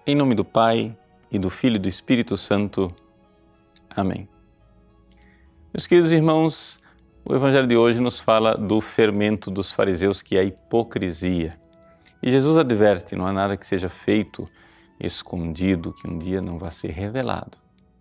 Em nome do Pai, e do Filho e do Espírito Santo. Amém. Meus queridos irmãos, o Evangelho de hoje nos fala do fermento dos fariseus, que é a hipocrisia. E Jesus adverte, não há nada que seja feito escondido, que um dia não vá ser revelado.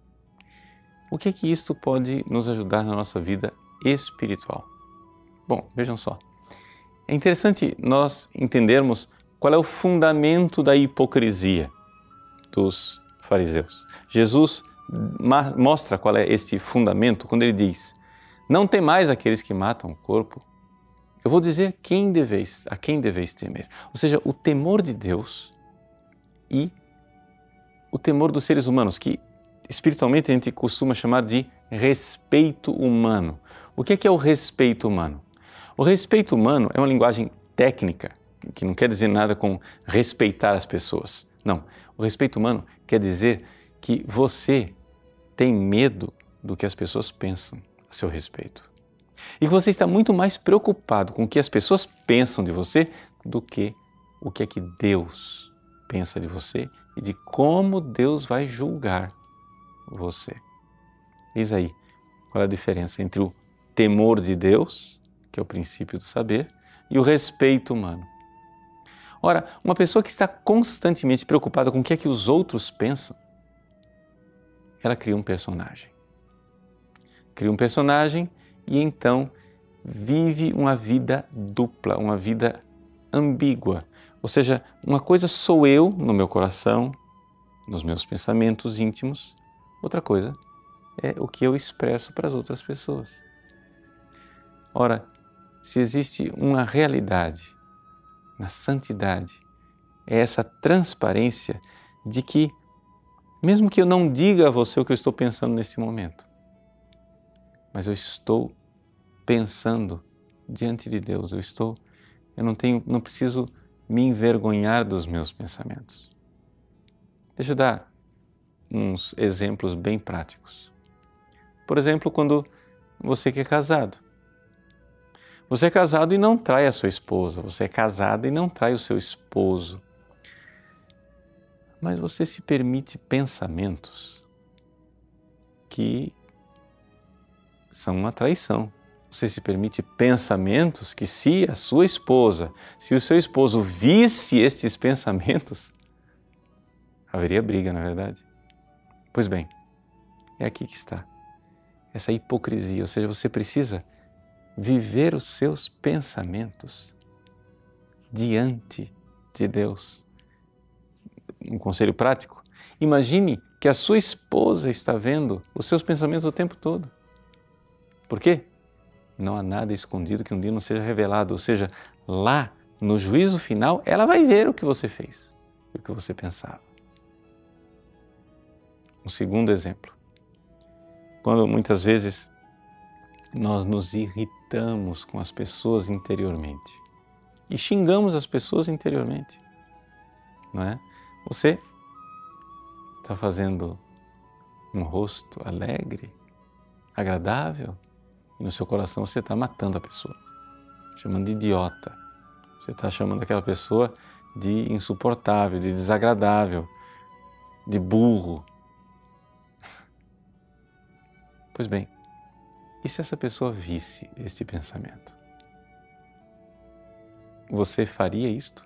O que é que isto pode nos ajudar na nossa vida espiritual? Bom, vejam só. É interessante nós entendermos qual é o fundamento da hipocrisia dos fariseus. Jesus mostra qual é esse fundamento quando ele diz: não temais aqueles que matam o corpo, eu vou dizer a quem deveis temer. Ou seja, o temor de Deus e o temor dos seres humanos, que espiritualmente a gente costuma chamar de respeito humano. O que é o respeito humano? O respeito humano é uma linguagem técnica, que não quer dizer nada com respeitar as pessoas. Não, o respeito humano quer dizer que você tem medo do que as pessoas pensam a seu respeito. E que você está muito mais preocupado com o que as pessoas pensam de você do que o que é que Deus pensa de você e de como Deus vai julgar você. Eis aí qual é a diferença entre o temor de Deus, que é o princípio do saber, e o respeito humano. Ora, uma pessoa que está constantemente preocupada com o que é que os outros pensam, ela cria um personagem. Cria um personagem e então vive uma vida dupla, uma vida ambígua. Ou seja, uma coisa sou eu no meu coração, nos meus pensamentos íntimos, outra coisa é o que eu expresso para as outras pessoas. Ora, se existe uma realidade na santidade, é essa transparência de que, mesmo que eu não diga a você o que eu estou pensando nesse momento, mas eu estou pensando diante de Deus, eu não preciso me envergonhar dos meus pensamentos. Deixa eu dar uns exemplos bem práticos. Por exemplo, quando você que é casado. Você é casado e não trai a sua esposa, você é casada e não trai o seu esposo. Mas você se permite pensamentos que são uma traição. Você se permite pensamentos que, se a sua esposa, se o seu esposo visse estes pensamentos, haveria briga, não é verdade? Pois bem, é aqui que está essa hipocrisia, ou seja, você precisa viver os seus pensamentos diante de Deus. Um conselho prático: imagine que a sua esposa está vendo os seus pensamentos o tempo todo. Por quê? Não há nada escondido que um dia não seja revelado, ou seja, lá no juízo final ela vai ver o que você fez, o que você pensava. Um segundo exemplo: quando muitas vezes nós nos irritamos com as pessoas interiormente e xingamos as pessoas interiormente, não é? Você está fazendo um rosto alegre, agradável, e no seu coração você está matando a pessoa, chamando de idiota. Você está chamando aquela pessoa de insuportável, de desagradável, de burro. Pois bem, e se essa pessoa visse este pensamento? Você faria isto?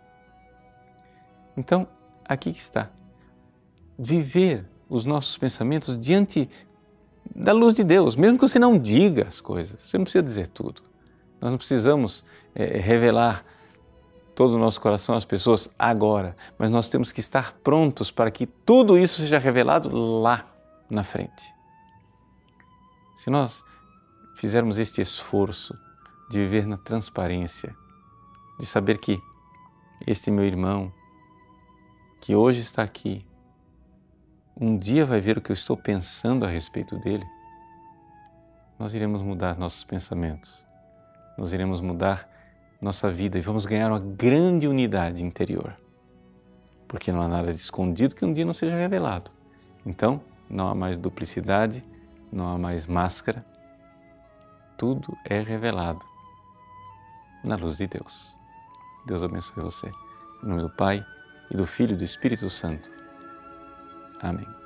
Então, aqui que está. Viver os nossos pensamentos diante da luz de Deus, mesmo que você não diga as coisas, você não precisa dizer tudo. Nós não precisamos revelar todo o nosso coração às pessoas agora, mas nós temos que estar prontos para que tudo isso seja revelado lá na frente. Se nós fizermos este esforço de viver na transparência, de saber que este meu irmão, que hoje está aqui, um dia vai ver o que eu estou pensando a respeito dele, nós iremos mudar nossos pensamentos, nós iremos mudar nossa vida e vamos ganhar uma grande unidade interior. Porque não há nada de escondido que um dia não seja revelado. Então, não há mais duplicidade, não há mais máscara, tudo é revelado na luz de Deus. Deus abençoe você. Em nome do Pai, e do Filho e do Espírito Santo. Amém.